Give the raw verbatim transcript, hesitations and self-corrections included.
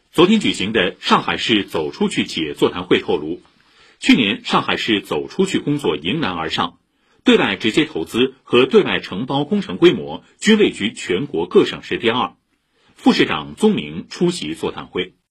昨天举行的上海市走出去企业座谈会透露，去年上海市走出去工作迎难而上，对外直接投资和对外承包工程规模均位居全国各省市第二。副市长宗明出席座谈会。